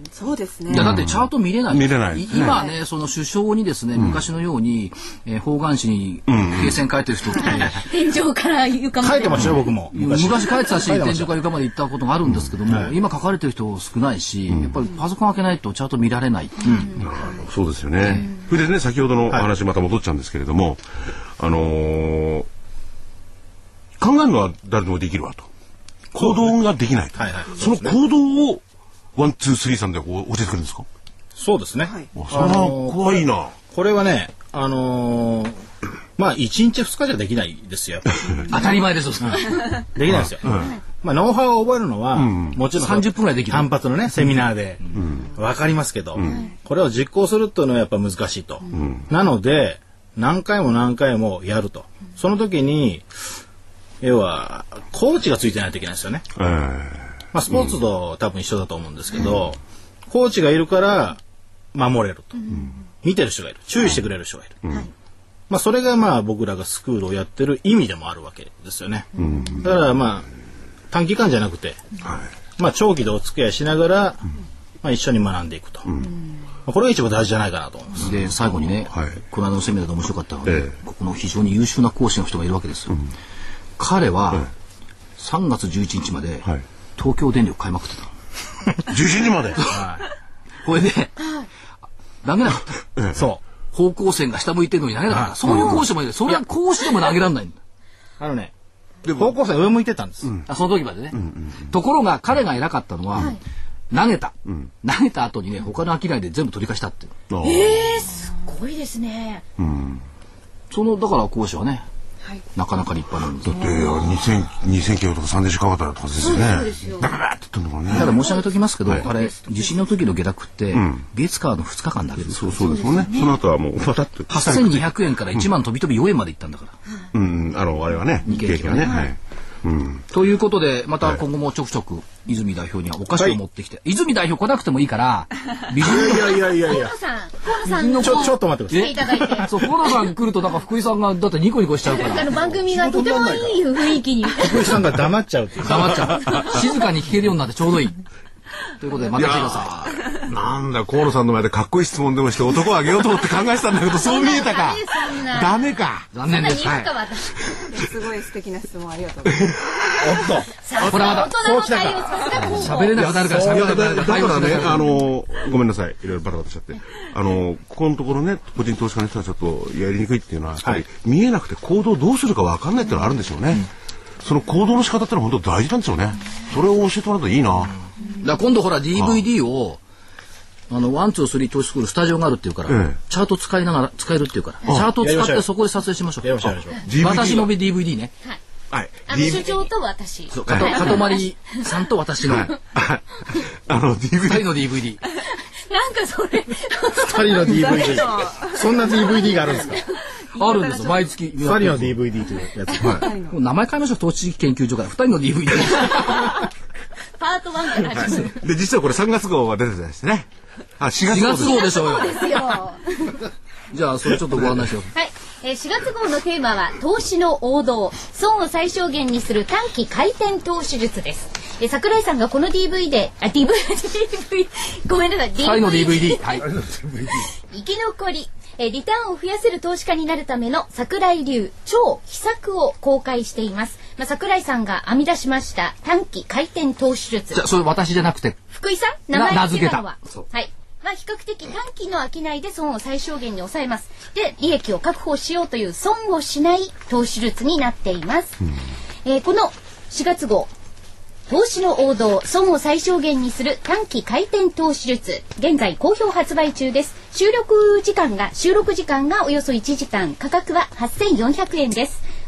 そうですね。 いやだってチャート見れない。 見れない。 今ねその首相にですね昔のようにえ方眼紙に罫線書いてる人って天井から床まで書いてましたよ僕も。 昔書いてたし天井から床まで行ったことがあるんですけども今書かれてる人少ないしやっぱりパソコン開けないとチャート見られない。 そうですよね。それでね先ほどの話また戻っちゃうんですけれどもあのー、考えるのは誰でもできるわと行動ができないと、はいはい、その行動をワンツースリーさんで教えてくれるんですか。 そうですね、 はい、それは怖いな。 これはねあのー、まあいちにちふつかじゃできないですよ。 当たり前ですよ、 うん、できないですよ、うん、まあノウハウを覚えるのは、うん、もちろんさんじゅっぷんぐらいできる単発のねセミナーで分かりますけど、うん、これを実行するっていうのはやっぱ難しいと、うん、なので何回も何回もやるとその時に要はコーチがついてないといけないですよね、えーまあ、スポーツと多分一緒だと思うんですけど、うん、コーチがいるから守れると、うん、見てる人がいる注意してくれる人がいる、うんまあ、それがまあ僕らがスクールをやってる意味でもあるわけですよね、うん、だからまあ短期間じゃなくて、うんまあ、長期でお付き合いしながら、うんまあ、一緒に学んでいくと、うんまあ、これが一番大事じゃないかなと思います。 で最後にね、はい、この間のセミナーで面白かったのは、ええ、ここの非常に優秀な講師の人がいるわけですよ、うん、彼はさんがつじゅういちにちまで東京電力買いまくってたじゅういちにちまでこれで投げなかった、ええ、そう方向線が下向いてるのに投げなかった、そういう講師もいる。それは講師でも投げられないんだ。 あのね方向線上向いてたんです、うん、 あその時までね、うんうんうん、ところが彼が偉かったのは、はい、投げた、うん、投げた後にね他の商いで全部取り返したってえー、すごいですね、 うん、そのだから講師はね、はい、なかなか立派なんです。 だってにせん、にせんキロとかさんぜんしかかったはずですよね。そうですよ。バババって言ったんだからね。 ただ申し上げておきますけど、はい、あれ地震の時の下落って、うん、月火のふつかかんだけです。 そうそうですもんね。その後はもうパタッとはっせんにひゃくえんからいちまん飛び飛びよえんまでいったんだから。 うん、うん、あのあれはね、 日経平均はね。はい。うん、ということでまた今後もちょくちょく泉代表にはお菓子を持ってきて、はい、泉代表来なくてもいいから美人のいやいやいやいや河野さん河野さんのちょちょっと待ってください。 いただいてそう河野さん来るとなんか福井さんがだってニコニコしちゃうから。 あの番組がとてもいい雰囲気に。 福井さんが黙っちゃうっていう。 黙っちゃう。静かに聞けるようになってちょうどいい。ということでまた来てください。なんだ河野さんの前でかっこいい質問でもして男をあげようと思って考えてたんだけどそう見えたか。ダメか。 残念です。はい、 すごい素敵な質問ありがとうございます。 おっと。 これはまたそうきたか。 喋れなくなるから喋れなくなるから。 だからねあのごめんなさいいろいろバタバタしちゃってあのここのところね個人投資家の人はちょっとやりにくいっていうのはやっぱり見えなくて行動どうするかわかんないっていうのがあるんでしょうね。うん、その行動の仕方ってのは本当大事なんですよね。それを教えてもらうといいな。 だ今度ほら ディーブイディー をあのワンツースリー投資スクールスタジオがあるっていうから、ええ、チャート使いながら使えるっていうからチャートを使ってそこで撮影しましょう。私の ディーブイディー ね。 はい。あの所長と私。 そうかとかとまりさんと私のあの ディーブイディーふたりの ディーブイディー。 なんかそれふたりの ディーブイディー そんな ディーブイディー があるんですか。 あるんですよ毎月ふたりの ディーブイディー というやつ。はい。 名前変えましょう投資研究所からふたりの ディーブイディー。 パートワンから始める。 で実はこれさんがつ号が出てたんですね。あしがつ号でしょうよ。 そうですよ。 じゃあそれちょっとご案内しよう。 はい。えー、しがつ号のテーマは投資の王道損を最小限にする短期回転投資術です。えー、桜井さんがこの ディーブイ であ ディーブイ ディーブイ ごめんなさい ディーブイの ディーブイディー はい生き残りえー、リターンを増やせる投資家になるための桜井流超秘策を公開しています。まあ、桜井さんが編み出しました短期回転投資術。 じゃあそれ私じゃなくて福井さん名前付けたのははい。まあ、比較的短期の商いで損を最小限に抑えます。で利益を確保しようという損をしない投資術になっています。えー、このしがつ号投資の王道損を最小限にする短期回転投資術現在好評発売中です。収録時間が収録時間がおよそいちじかん価格ははっせんよんひゃくえんです。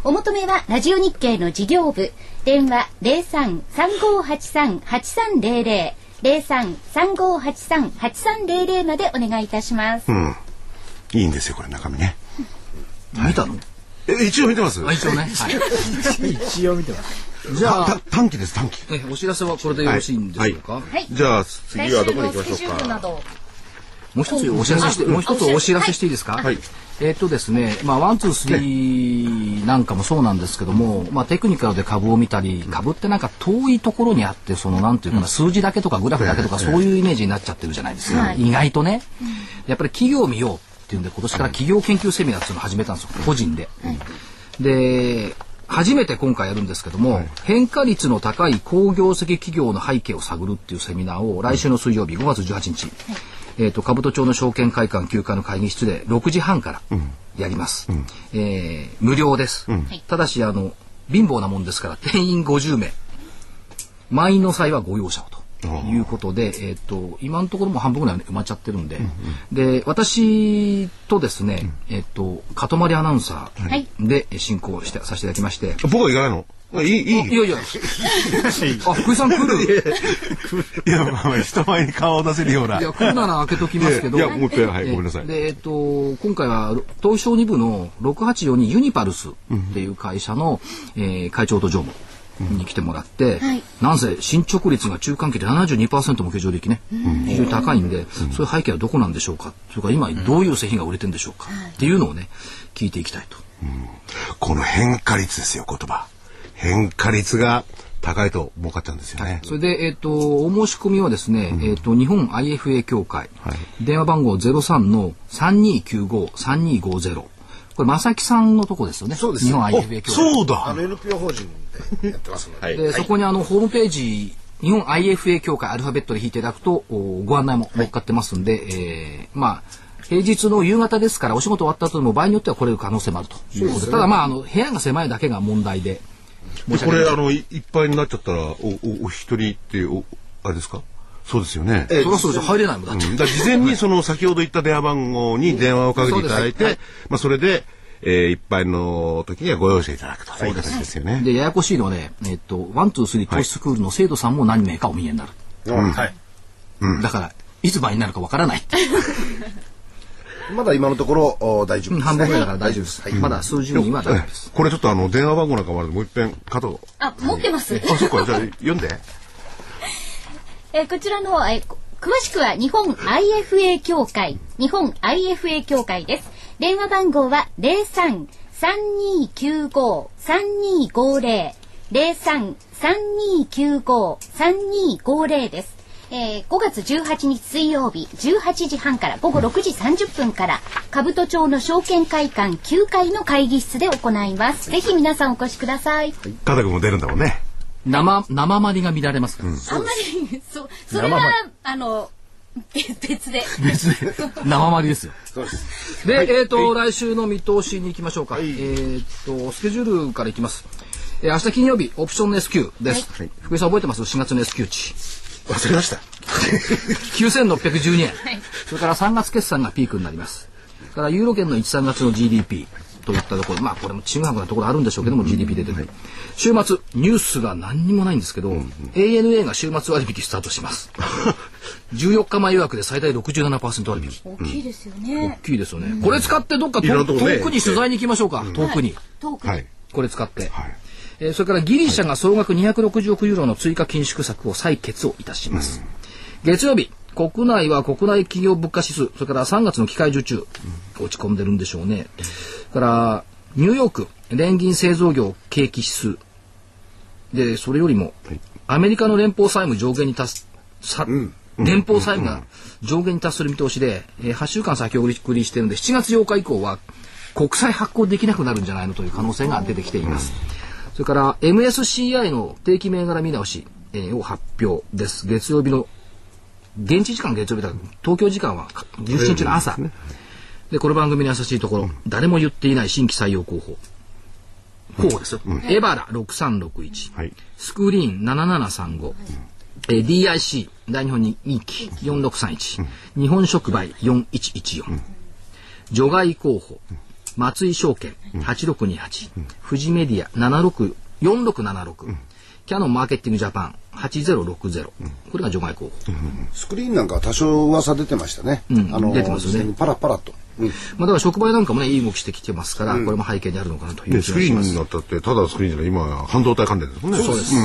お求めはラジオ日経の事業部。電話 ゼロさん さんごはちさん はちさんゼロゼロ ゼロさん さんごはちさん はちさんゼロゼロまでお願いいたします。 うん。いいんですよこれ中身ね。 見たの？ え一応見てます。 一応ね。はい、 一応見てます。 じゃあ短期です短期。 えお知らせはこれでよろしいんでしょうか。 はいはい、 じゃあ次はどこに行きましょうか。 もう一つお知らせしてもう一つお知らせしていいですか。はい。えっとですね、まあワンツースリーなんかもそうなんですけども、まあテクニカルで株を見たり、株ってなんか遠いところにあってそのなんていうかな、数字だけとかグラフだけとかそういうイメージになっちゃってるじゃないですか。意外とね、やっぱり企業を見ようっていうんで今年から企業研究セミナーっていうのを始めたんですよ個人で。で。初めて今回やるんですけども、はい、変化率の高い好業績企業の背景を探るっていうセミナーを来週の水曜日ごがつじゅうはちにち、はい、えーと、兜町の証券会館きゅうかいの会議室でろくじはんからやります、うんえー、無料です、うん、ただしあの貧乏なもんですから定員ごじゅうめい満員の際はご容赦をということで、えー、と今のところも半分ぐらい埋まっちゃってるんで、うんうん、で私とですね、うん、えー、とかとまりアナウンサーで進行してさせていただきまして、 僕は行かないの？いいいいいやいやあ福井さん来るいやまあまあ人前に顔を出せるようないや来るなら開けときますけどいやもう一回はいごめんなさい。 でえっ、ー、と今回は東証に部のろくはちよんにユニパルスっていう会社の、うんえー、会長と常務に来てもらって、はい、なんせ進捗率が中間期で ななじゅうにパーセント も経常利益ね、うん、非常に高いんで、うん、そういう背景はどこなんでしょうかそれから今どういう製品が売れてるんでしょうか、うん、っていうのをね聞いていきたいと、うん、 この変化率ですよ言葉変化率が高いと儲かっちゃうんですよね、はい、 それで、えー、とお申し込みはですね、うんえー、と日本 アイエフエー 協会、はい、電話番号 ゼロさんのさんにーきゅうご さんにーごゼロこれ正木さんのとこですよね。 そうですね。 日本 アイエフエー 協会。 そうだ。 あの エヌピーオー 法人でやってますので。 で、はい、そこにあのホームページ日本 アイエフエー 協会アルファベットで引いていただくとご案内も乗っかってますんで、はいえー、まあ平日の夕方ですからお仕事終わった後でも場合によっては来れる可能性もあるということで、ただまああの部屋が狭いだけが問題で。 これあの い, いっぱいになっちゃったらおおお一人っておあれですか。そうですよね。 えー、そりゃそうですよ入れないもんだって。うん、 だ事前にその先ほど言った電話番号に電話をかけていただいて、はい、まあそれで。えー、いっぱいの時にはご容赦いただくという形ですよね。 でややこしいのはね、えっとワンツースリー投資スクールの生徒さんも何名かお見えになる。 うんはいうん、だからいつ倍になるかわからない。 まだ今のところ大丈夫です、ね。 半分ぐらいだから大丈夫です。はい、まだ数十人は大丈夫です。 これちょっとあの電話番号なんかもあるのでもう一遍加藤。 あ持ってます。 あそっかじゃあ読んで。 えー、こちらのえ詳しくは日本 アイエフエー 協会日本 アイエフエー 協会です。電話番号は ゼロさん さんにーきゅうご さんにーごゼロ ゼロさん さんにーきゅうご さんにーごゼロです。えー、ごがつじゅうはちにち水曜日じゅうはちじはんから午後ろくじさんじゅっぷんから兜町の証券会館きゅうかいの会議室で行います。ぜひ皆さんお越しください。 加藤君も出るんだもんね。 生生まりが見られますから、うん、 あんまりそそれはあの別で別で生まりですよ。そうです。で、はい、えっ、ー、と、はい、来週の見通しに行きましょうか。はい、えっ、ー、とスケジュールからいきます。えー、明日金曜日オプションの エスキュー です。はい、福井さん覚えてます？しがつの エスキュー 値。 忘れました。 きゅうせんろっぴゃくじゅうにえん。はい、それからさんがつ決算がピークになります。それからユーロ圏のいち、さんがつの ジーディーピー といったところ、まあこれもちぐはぐなところあるんでしょうけども、うん、ジーディーピー 出てくる。はい、週末ニュースが何にもないんですけど、うん、エーエヌエー が週末割引スタートします。じゅうよっかまえ予約で最大 ろくじゅうななパーセント 割引。 大きいですよね。 大きいですよね。これ使ってどっか遠くに取材に行きましょうか。遠くに。 遠くに。 これ使って。はいえー、それからギリシャが総額にひゃくろくじゅうおくユーロの追加緊縮策を採決をいたします。うん、月曜日国内は国内企業物価指数それからさんがつの機械受注、うん、落ち込んでるんでしょうね。それからニューヨーク連銀製造業景気指数でそれよりも、はい、アメリカの連邦債務上限に達すさ、うん、連邦債務が上限に達する見通しで、えー、はっしゅうかん先送りしてるんでしちがつようか以降は国債発行できなくなるんじゃないのという可能性が出てきています。それから エムエスシーアイ の定期銘柄見直し、えー、を発表です。月曜日の現地時間月曜日だから東京時間はじゅうしちにちの朝、ね、でこの番組に優しいところ、うん、誰も言っていない新規採用候補候補ですよ、うん、エバラろくさんろくいち、はい、スクリーンななななさんご、うんえー、ディーアイシー 大日本人気よんろくさんいち、うん、日本触媒よんいちいちよん、うん、除外候補松井証券はちろくにはち、うん、富士メディアななろくよんろくななろく、うん、キャノンマーケティングジャパンはちぜろろくぜろ、うん、これが除外候補、うん、 スクリーンなんか多少噂出てましたね、うん、あの出てますよねパラパラと、うん、まあ、だから触媒なんかもねいい動きしてきてますから、うん、これも背景にあるのかなという気がします。 スクリーンになったってただスクリーンじゃない今半導体関連ですもんね。 そうです、うん、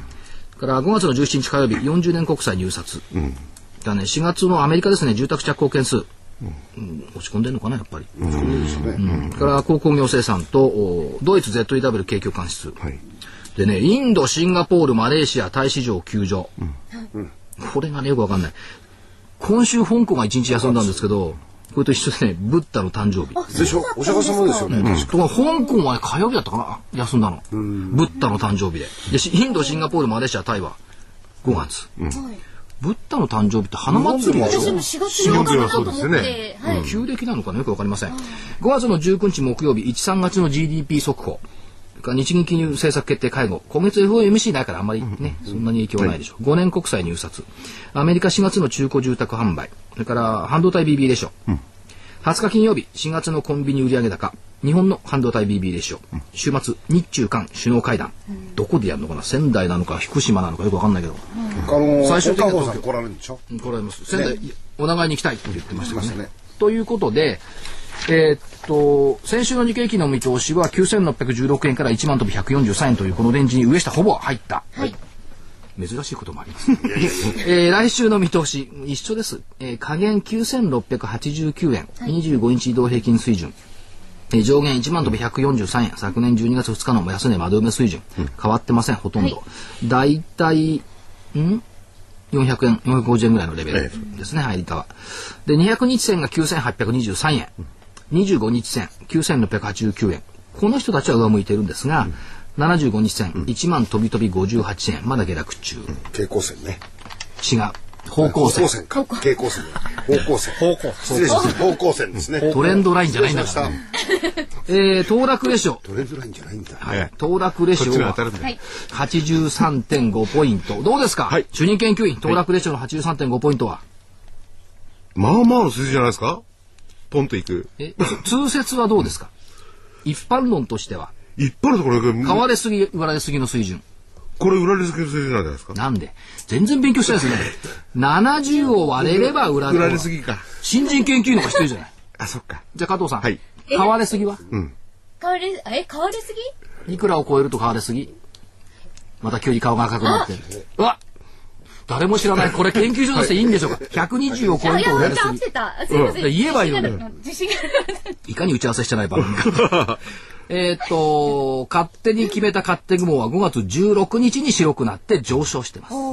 からごがつのじゅうしちにち火曜日よんじゅうねん国債入札、うん、だねしがつのアメリカですね住宅着工件数、うんうん、落ち込んでるのかなやっぱり、うんうんうん、から鉱工業生産とドイツ ゼットイーダブリュー 景況感指数、はい、でねインドシンガポールマレーシアタイ市場急上、うん、これがねよくわかんない。今週香港がいちにち休んだんですけどこれと一緒でねブッダの誕生日でしょ。お釈迦様ですよね、うん、 とか香港は、ね、火曜日だったかな休んだの、うん、ブッダの誕生日ででインドシンガポールマレーシアタイはごがつ、うん、ブッダの誕生日って花祭りでしょ。 私もしがつようかだと思って、ねはい、旧暦なのかなよくわかりません。ごがつのじゅうくにち木曜日いちさんがつの ジーディーピー 速報日銀金融政策決定会合今月 エフオーエムシー だからあんまりね、うん、そんなに影響ないでしょう、はい、ごねん国債入札アメリカしがつの中古住宅販売それから半導体 ビービー レシオ、うん、はつか金曜日しがつのコンビニ売上高日本の半導体 ビービー レシオ、うん、週末日中韓首脳会談、うん、どこでやるのかな仙台なのか福島なのかよくわかんないけど、 うん、最終的には東京来られるんでしょ。 来られます仙台、ね、お願いに行きたいって言ってましたからね、ねということでえー、っと先週の日経平均の見通しはきゅうせんろっぴゃくじゅうろくえんからいちまん飛びひゃくよんじゅうさんえんというこのレンジに上下ほぼ入った、はい、珍しいこともあります、えー、来週の見通し一緒です、えー、下限きゅうせんろっぴゃくはちじゅうきゅうえん、はい、にじゅうごにち移動平均水準、えー、上限いちまん飛びひゃくよんじゅうさんえん昨年じゅうにがつふつかの安値窓埋め水準、うん、変わってませんほとんど、はい、だいたいんよんひゃくえんよんひゃくごじゅうえんぐらいのレベルですね、はい、入り方でにひゃくにち線がきゅうせんはっぴゃくにじゅうさんえん、うんにじゅうごにち線きゅうせんろっぴゃくはちじゅうきゅうえんこの人たちは上向いてるんですが、うん、ななじゅうごにち線、うん、いちまん飛び飛びごじゅうはちえんまだ下落中、うん、 傾向線ね違う方向線傾向線方向線方向失礼しました方向線ですねトレンドラインじゃないんだから、ねえー、騰落レシオトレンドラインじゃないんだ、 はい、騰落レシオは はちじゅうさんてんご ポイントどうですか、はい、主任研究員騰落レシオの はちじゅうさんてんご ポイントはまあまあの数字じゃないですかポンといくえ通説はどうですか、うん、一般論としては一般のところ買われすぎ売られすぎの水準これ売られすぎの水準なんじゃないですか。 なんで全然勉強してないですねななじゅうを割れれば売られ売られすぎか新人研究員の方が知ってるじゃないあそっかじゃあ加藤さん、 はい、 買われすぎは、 うん、買われえ買われすぎいくらを超えると買われすぎまた急に顔が赤くなってうわ誰も知らないこれ研究所としていいんでしょうかひゃくにじゅうを超えると売られすぎ言えばいいよねいかに打ち合わせしてない番組かえっと勝手に決めた勝手雲はごがつじゅうろくにちに白くなって上昇してます、うん、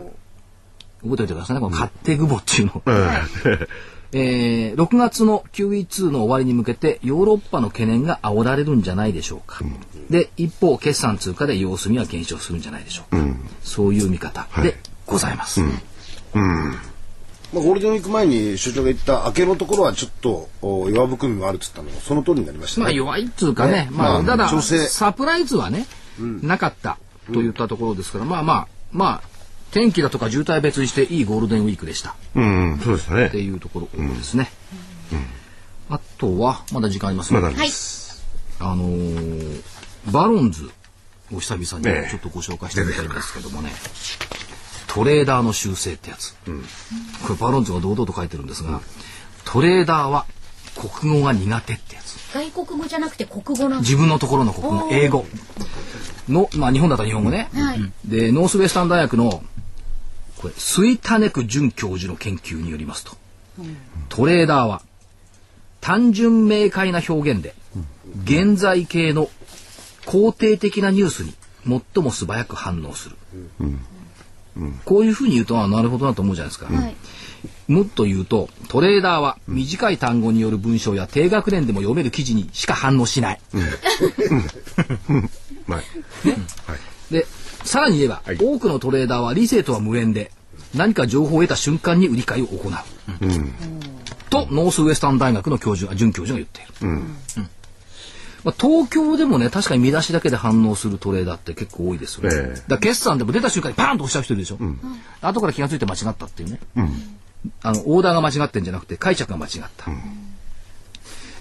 覚えておいてくださいねこの勝手雲っていうの、うんえー、ろくがつの キューイーツー の終わりに向けてヨーロッパの懸念が煽られるんじゃないでしょうか、うん、で一方決算通貨で様子見は減少するんじゃないでしょうか、うん、そういう見方で、はいございます、うんうんまあ、ゴールデンウィーク前に所長が言った明けのところはちょっと弱含みもあるっつったのもその通りになりましたね。 まあ弱いっつうかね、ねまあ、ただサプライズはね、うん、なかったといったところですから、まあまあまあ天気だとか渋滞別にしていいゴールデンウィークでした。 うん、うん、そうですね。 っていうところですね。うんうん、あとはまだ時間ありますね。まだあります。あのー、バロンズを久々にちょっとご紹介してみたいんですけどもね。ねトレーダーの習性ってやつ、うん、これバロンズが堂々と書いてるんですが、うん、トレーダーは国語が苦手ってやつ外国語じゃなくて国語なん自分のところの国語英語の、まあ、日本だったら日本語ね、うんはい、でノースウェスタン大学のこれスイタネク准教授の研究によりますと、うん、トレーダーは単純明快な表現で、うん、現在形の肯定的なニュースに最も素早く反応する、うんうん、こういうふうに言うとあなるほどなと思うじゃないですか、はい、もっと言うとトレーダーは短い単語による文章や低学年でも読める記事にしか反応しない、うんねはい、でさらに言えば、はい、多くのトレーダーは理性とは無縁で何か情報を得た瞬間に売り買いを行う、うん、とノースウエスタン大学の教授准教授が言っている、うんうんまあ、東京でもね確かに見出しだけで反応するトレーダーって結構多いですよね、えー、だから決算でも出た瞬間にパーンと押しちゃう人いるでしょ、うん、後から気がついて間違ったっていうね、うん、あのオーダーが間違ってんじゃなくて解釈が間違った、うん、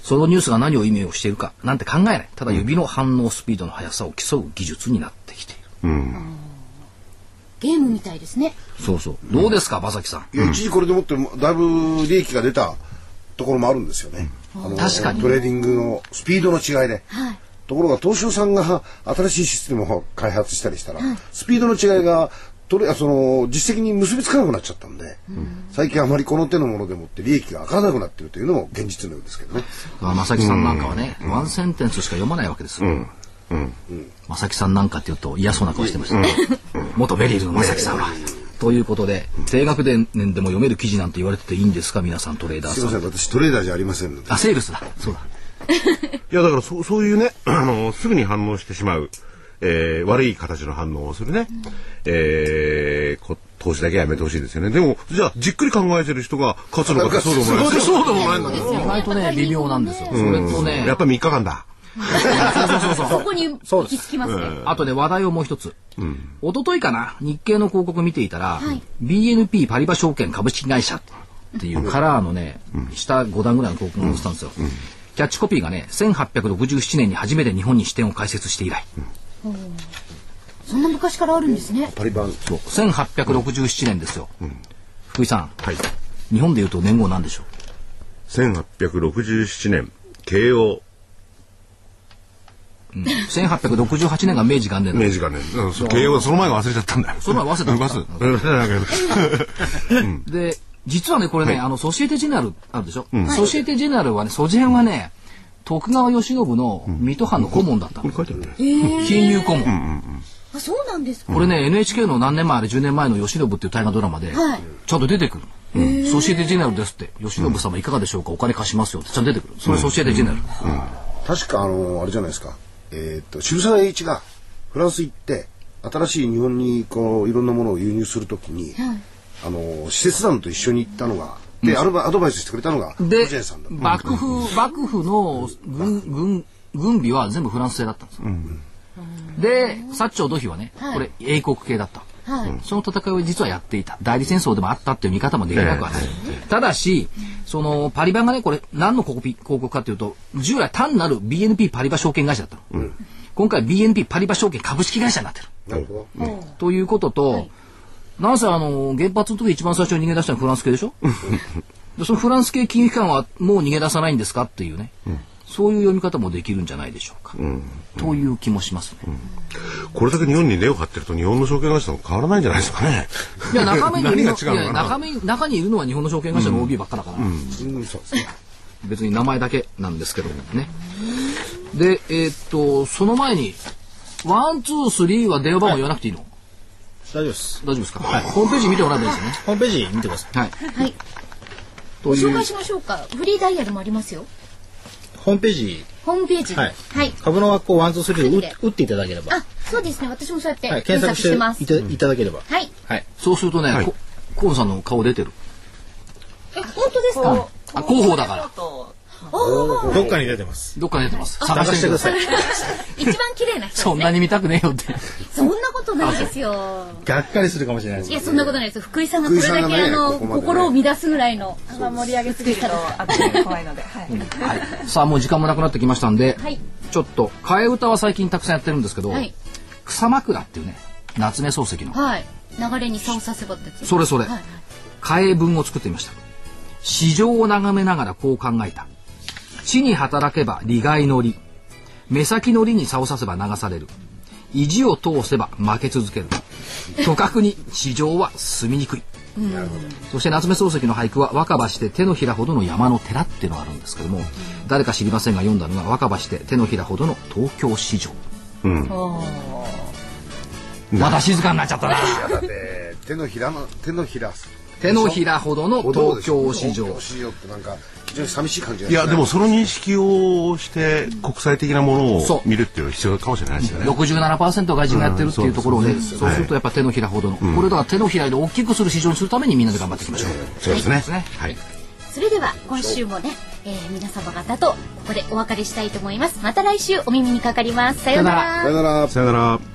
そのニュースが何を意味をしているかなんて考えない。ただ指の反応スピードの速さを競う技術になってきている。うん、 ゲームみたいですね。 そうそう。どうですか、馬崎さん。 いや、一時これでもってだいぶ利益が出たところもあるんですよね。あの確かにトレーディングのスピードの違いで。はい、ところが東証さんが新しいシステムを開発したりしたら、はい、スピードの違いがとれその実績に結びつかなくなっちゃったんで、うん、最近あまりこの手のものでもって利益が上がらなくなっているというのも現実のようですけどね。 正木さんなんかはね、うん、ワンセンテンスしか読まないわけですよ。うんうんうん、正木さんなんかっていうと嫌そうな顔してましたね。うん、元ベリーズの正木さんは。ということで低学年でも読める記事なんて言われてていいんですか、皆さんトレーダーさん。 すいません、私トレーダーじゃありませんので。 あ、セールスだ。そうだ。 いやだからそそういうね、あのすぐに反応してしまう。えー、悪い形の反応をするね、うん、えー、投資だけやめてほしいですよね。でもじゃあじっくり考えてる人が勝つのかそうでもない。 そうでもないんだけど意外とね微妙なんですよ。それとねやっぱりみっかかんだ。 そうそうそうそう。そこに行き着きますね。 あとね話題をもう一つ。うん、一昨日かな日経の広告見ていたら、はい、ビーエヌピー パリバ証券株式会社っていうカラーのね、うん、下ご段ぐらいの広告が載ってたんですよ。うんうん、キャッチコピーがねせんはっぴゃくろくじゅうななねんに初めて日本に支店を開設して以来。うんそんな昔からあるんですね。 パリバン。 そう。せんはっぴゃくろくじゅうななねんですよ。うん、福井さん。はい。日本でいうと年号なんでしょう。 せんはっぴゃくろくじゅうななねん慶応。 うん、せんはっぴゃくろくじゅうはちねんが明治元年。 明治元年。うん、慶応その前が忘れちゃったんだよ。 その前忘れたんだ。うん、で実はねこれね、はい、あのソシエテジェネラルあるでしょ。うん、ソシエテジェネラルはねソジェンはね。徳川慶喜の水戸藩の顧問だったの、うん、金融顧問、うんうんうん、 あそうなんですか。 これね エヌエイチケー の何年前あれじゅうねんまえの慶喜っていう大河ドラマで、はい、ちゃんと出てくる、うん、ソシエテジェネラルですって慶喜様いかがでしょうか、お金貸しますよってちゃんと出てくる。それソシエテジェネラル、うんうん、 確かあのあれじゃないですか、えー、っと渋沢栄一がフランス行って新しい日本にこういろんなものを輸入するときに、はい、あの使節団と一緒に行ったのがで、アドバイスしてくれたのがで幕府幕府の軍軍軍備は全部フランス製だったんですよ。うん、で薩長土肥はね、はい、これ英国系だった。はい、その戦いを実はやっていた代理戦争でもあったっていう見方もできなくはない。ただしそのパリバがねこれ何の広告かというと従来単なる ビーエヌピー パリバ証券会社だったの。うん、今回 ビーエヌピー パリバ証券株式会社になってる。なるほど。うん、ということと。はいなんせあの原発の時一番最初に逃げ出したのはフランス系でしょでそのフランス系金融機関はもう逃げ出さないんですかっていうね、うん、そういう読み方もできるんじゃないでしょうか、うん、という気もしますね、うん、 これだけ日本に根を張ってると日本の証券会社と変わらないんじゃないですかね。 いや中身にいるのいや中身中にいるのは日本の証券会社の オービー ばっかだから、うんうんうん、そうですね、別に名前だけなんですけどね。でえー、っとその前にワンツースリーは電話番号言わなくていいの、はい大丈夫です。 大丈夫ですか。はい、ホームページ見てもらえばいいですよね。 ホームページ見てください。 はい。 はい。ご紹介しましょうか。フリーダイヤルもありますよ。 ホームページ。 ホームページ。 はい。はい、株の学校ワンツースリーで打っていただければ。 あ、そうですね。私もそうやって検索してます。いただければ。 はい。 はい。そうするとね、はい、河野さんの顔出てる。 え、本当ですか。 あ、広報だから。 どっかに出てます。 どっかに出てます。 探してください。 一番綺麗な人ですね。 そんなに見たくねえよって。 そんなことないですよ。 がっかりするかもしれないです。 いやそんなことないです。福井さんがこれだけあの心を乱すぐらいの盛り上げすぎたらあって怖いので。はい。 さあもう時間もなくなってきましたんで、ちょっと替え歌は最近たくさんやってるんですけど、草枕っていうね夏目漱石の流れに差をさせばって。 それそれ。替え文を作ってみました。市場を眺めながらこう考えた。地に働けば利害の利、目先の利に差をさせば流される、意地を通せば負け続ける、とかくに市場は住みにくい。うん、そして夏目漱石の俳句は若葉して手のひらほどの山の寺っていうのがあるんですけども、うん、誰か知りませんが読んだのが若葉して手のひらほどの東京市場。うん、まだ静かになっちゃったな。 手のひらの手のひら手のひらほどの東京市場。 東京市場ってなんか非常に寂しい感じが、 ね、いやでもその認識をして国際的なものを見るっていうのは必要かもしれないですよね。 ろくじゅうななパーセント 外人がやってるっていうところをね、うん、そう, そうするとやっぱ手のひらほどの、うん、これだから手のひらで大きくする市場にするためにみんなで頑張っていきましょう。 そうですね。はい。 はい、それでは今週もね、えー、皆様方とここでお別れしたいと思います。また来週お耳にかかります。さようなら。 さようなら。 さようなら。